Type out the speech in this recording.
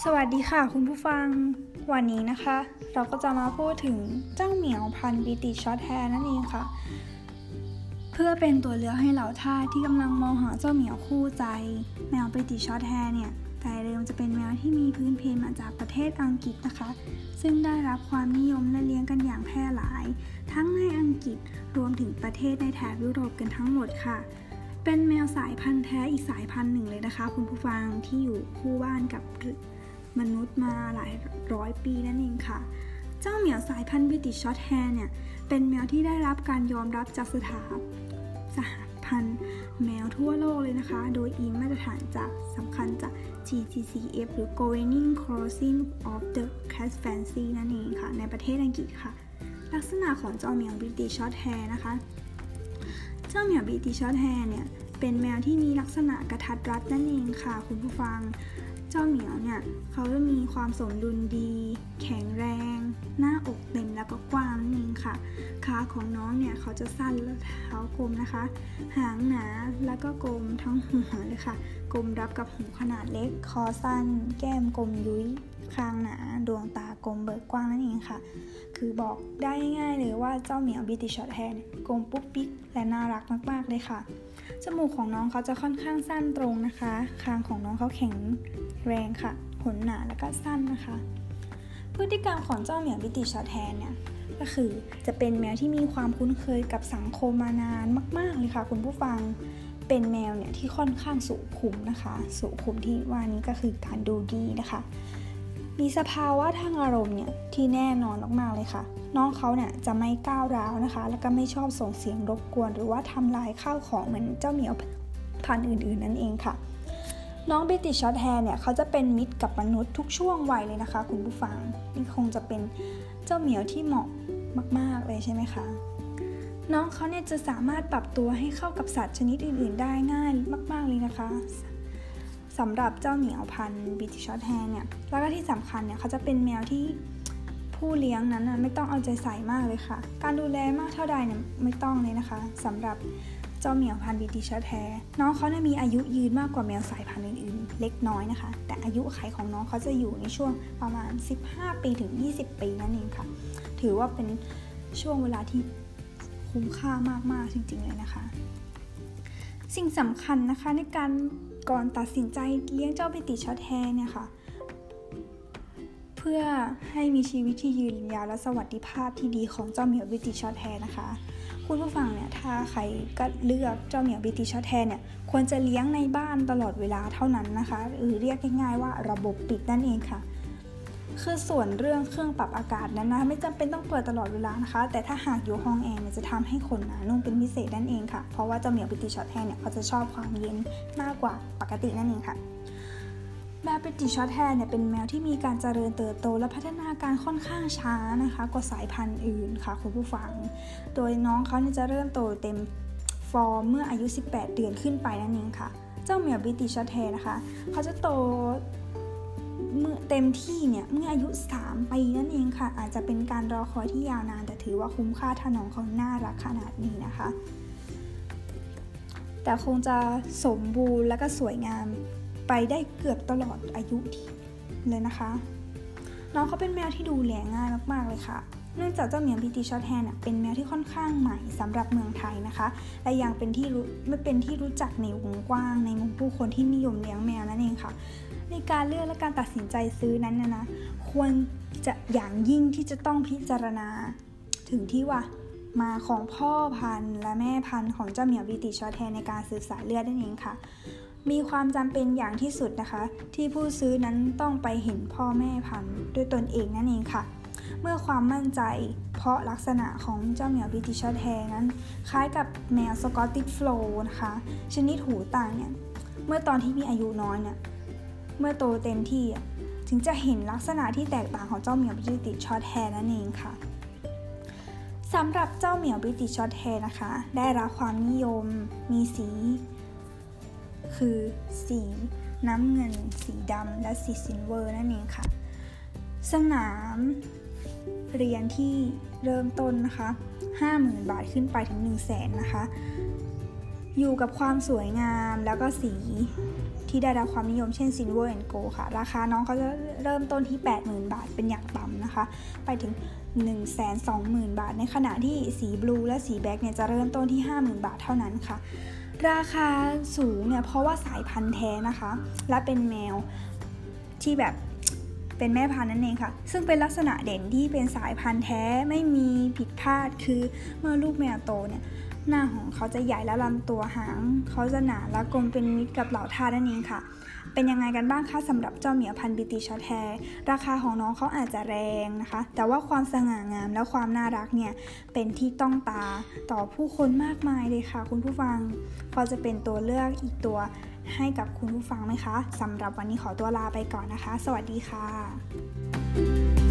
สวัสดีค่ะคุณผู้ฟังวันนี้นะคะเราก็จะมาพูดถึงเจ้าเหมียวพันธุ์บริติชช็อร์ตแฮร์นั่นเองค่ะเพื่อเป็นตัวเลือกให้เหล่าทาสที่กำลังมองหาเจ้าเหมียวคู่ใจแมวบริติชช็อร์ตแฮร์เนี่ยแต่เดิมจะเป็นแมวที่มีพื้นเพมาจากประเทศอังกฤษนะคะซึ่งได้รับความนิยมและเลี้ยงกันอย่างแพร่หลายทั้งในอังกฤษรวมถึงประเทศในแถบยุโรปกันทั้งหมดค่ะเป็นแมวสายพันธุ์แท้อีกสายพันธุ์หนึ่งเลยนะคะคุณผู้ฟังที่อยู่คู่บ้านกับมนุษย์มาหลายร้อยปีนั่นเองค่ะเจ้าเหมียวสายพันธุ์บริติชช็อร์ตแฮร์เนี่ยเป็นแมวที่ได้รับการยอมรับจากสหพันธุ์แมวทั่วโลกเลยนะคะโดยอิงมาตรฐานจากสำคัญจาก GCCF หรือ Governing Council of the Cat Fancy นั่นเองค่ะในประเทศอังกฤษค่ะลักษณะของเจ้าเหมียวบริติชช็อร์ตแฮร์นะคะเจ้าเหมียวบริติชช็อร์ตแฮร์เนี่ยเป็นแมวที่มีลักษณะกระทัดรัดนั่นเองค่ะคุณผู้ฟังเจ้าเหมียวเนี่ยเขาจะมีความสมดุลดีแข็งแรงหน้าอกเต็มแล้วก็กว้างนั่นเองค่ะขาของน้องเนี่ยเขาจะสั้นและเท้ากลมนะคะหางหนาแล้วก็กลมทั้งหัวเลยค่ะกลมรับกับหูขนาดเล็กคอสั้นแก้มกลมยุ้ยคางหนาดวงตากลมเบิกกว้างนั่นเองค่ะคือบอกได้ง่ายๆเลยว่าเจ้าเหมียวบริติชช็อร์ตแฮร์กลมปุ๊กปิ๊กและน่ารักมากๆเลยค่ะจมูกของน้องเขาจะค่อนข้างสั้นตรงนะคะคางของน้องเขาแข็งแรงค่ะขนหนาแล้วก็สั้นนะคะพฤติกรรมของเจ้าเหมียวบริติชช็อร์ตแฮร์เนี่ยก็คือจะเป็นแมวที่มีความคุ้นเคยกับสังคมมานานมากๆเลยค่ะคุณผู้ฟังเป็นแมวเนี่ยที่ค่อนข้างสุขุมนะคะสุขุมที่ว่านี้ก็คือการดูดีนะคะมีสภาวะทางอารมณ์เนี่ยที่แน่นอนมากๆเลยค่ะน้องเขาเนี่ยจะไม่ก้าวร้าวนะคะแล้วก็ไม่ชอบส่งเสียงรบกวนหรือว่าทำลายข้าวของเหมือนเจ้าเหมียวพันธุ์อื่นๆนั่นเองค่ะน้องบริติชช็อร์ตแฮร์เนี่ยเขาจะเป็นมิตรกับมนุษย์ทุกช่วงวัยเลยนะคะคุณผู้ฟังนี่คงจะเป็นเจ้าเหมียวที่เหมาะมากๆเลยใช่ไหมคะน้องเขาเนี่ยจะสามารถปรับตัวให้เข้ากับสัตว์ชนิดอื่นๆได้ง่ายมากๆเลยนะคะสำหรับเจ้าเหมียวพันธุ์บริติชช็อร์ตแฮร์เนี่ยแล้วก็ที่สำคัญเนี่ยเขาจะเป็นแมวที่ผู้เลี้ยงนั้นไม่ต้องเอาใจใส่มากเลยค่ะการดูแลมากเท่าใดเนี่ยไม่ต้องเลยนะคะสำหรับเจ้าเหมียวพันธุ์บริติชช็อร์ตแฮร์น้องเขาเนี่ยมีอายุยืนมากกว่าแมวสายพันธุ์อื่นๆเล็กน้อยนะคะแต่อายุขัยของน้องเขาจะอยู่ในช่วงประมาณ15ปีถึง20ปีนั่นเองค่ะถือว่าเป็นช่วงเวลาที่คุ้มค่ามากๆจริงๆเลยนะคะสิ่งสำคัญนะคะในการก่อนตัดสินใจเลี้ยงเจ้าบริติชช็อร์ตแฮร์เนี่ยค่ะเพื่อให้มีชีวิตที่ยืนยาวและสวัสดิภาพที่ดีของเจ้าเหมียวบริติชช็อร์ตแฮร์นะคะคุณผู้ฟังเนี่ยถ้าใครก็เลือกเจ้าเหมียวบริติชช็อร์ตแฮร์เนี่ยควรจะเลี้ยงในบ้านตลอดเวลาเท่านั้นนะคะหรือเรียกง่ายๆว่าระบบปิดนั่นเองค่ะคือส่วนเรื่องเครื่องปรับอากาศนั้นนะไม่จำเป็นต้องเปิดตลอดเวลานะคะแต่ถ้าหากอยู่ห้องแอร์เนี่ยจะทำให้ขนหนานุ่มเป็นพิเศษนั่นเองค่ะเพราะว่าเจ้าเหมียวบริติชช็อร์ตแฮร์เนี่ยเขาจะชอบความเย็นมากกว่าปกตินั่นเองค่ะแมวบริติชช็อร์ตแฮร์เนี่ยเป็นแมวที่มีการเจริญเติบโตและพัฒนาการค่อนข้างช้านะคะกว่าสายพันธุ์อื่นค่ะคุณผู้ฟังโดยน้องเขาเนี่ยจะเริ่มโตเต็มฟอร์มเมื่ออายุ18เดือนขึ้นไปนั่นเองค่ะเจ้าเหมียวบริติชช็อร์ตแฮร์นะคะเขาจะโตเมื่อเต็มที่เนี่ยเมื่ออายุ3ปีนั่นเองค่ะอาจจะเป็นการรอคอยที่ยาวนานแต่ถือว่าคุ้มค่าถ้าน้องเขาน่ารักขนาดนี้นะคะแต่คงจะสมบูรณ์และก็สวยงามไปได้เกือบตลอดอายุเลยนะคะน้องเขาเป็นแมวที่ดูแลง่ายมากๆเลยค่ะเนื่องจากเจ้าเหมียวบริติชช็อร์ตแฮร์เป็นแมวที่ค่อนข้างใหม่สำหรับเมืองไทยนะคะและยังเป็นที่รู้จักในวงกว้างในหมู่ผู้คนที่นิยมเลี้ยงแมวนั่นเองค่ะในการเลือกและการตัดสินใจซื้อนั้นนะควรจะอย่างยิ่งที่จะต้องพิจารณาถึงที่ว่ามาของพ่อพันธุ์และแม่พันธุ์ของเจ้าเหมียวบริติชช็อร์ตแฮร์ในการศึกษาเลือดนั่นเองค่ะมีความจำเป็นอย่างที่สุดนะคะที่ผู้ซื้อนั้นต้องไปเห็นพ่อแม่พันธุ์ด้วยตนเองนั่นเองค่ะเมื่อความมั่นใจเพราะลักษณะของเจ้าเหมียวบริติชช็อร์ตแฮร์นั้นคล้ายกับแมวสกอตติชโฟลด์นะคะชนิดหูต่างเนี่ยเมื่อตอนที่มีอายุน้อยเนี่ยเมื่อโตเต็มที่ถึงจะเห็นลักษณะที่แตกต่างของเจ้าเหมียวบริติชช็อร์ตแฮร์นั่นเองค่ะสำหรับเจ้าเหมียวบริติชช็อร์ตแฮร์นะคะได้รับความนิยมมีสีคือสีน้ำเงินสีดำและสีซิลเวอร์นั่นเองค่ะสนามเรียนที่เริ่มต้นนะคะ 50,000 บาทขึ้นไปถึง 100,000 นะคะอยู่กับความสวยงามแล้วก็สีที่ได้รับความนิยมเช่น Silver and Gold ค่ะราคาน้องเขาจะเริ่มต้นที่ 80,000 บาทเป็นอย่างต่ำนะคะไปถึง 120,000 บาทในขณะที่สีบลูและสีแบล็กเนี่ยจะเริ่มต้นที่ 50,000 บาทเท่านั้นค่ะราคาสูงเนี่ยเพราะว่าสายพันธุ์แท้นะคะและเป็นแมวที่แบบเป็นแม่พันธุ์นั่นเองค่ะซึ่งเป็นลักษณะเด่นที่เป็นสายพันธุ์แท้ไม่มีผิดพลาดคือเมื่อลูกแมวโตเนี่ยหน้าของเขาจะใหญ่และลำตัวหางเขาจะหนาและกลมเป็นมิตรกับเหล่าทาสนั่นเองค่ะเป็นยังไงกันบ้างคะสำหรับเจ้าเหมียวพันธุ์บริติชช็อร์ตแฮร์ราคาของน้องเขาอาจจะแรงนะคะแต่ว่าความสง่างามและความน่ารักเนี่ยเป็นที่ต้องตาต่อผู้คนมากมายเลยค่ะคุณผู้ฟังพอจะเป็นตัวเลือกอีกตัวให้กับคุณผู้ฟังไหมคะสำหรับวันนี้ขอตัวลาไปก่อนนะคะสวัสดีค่ะ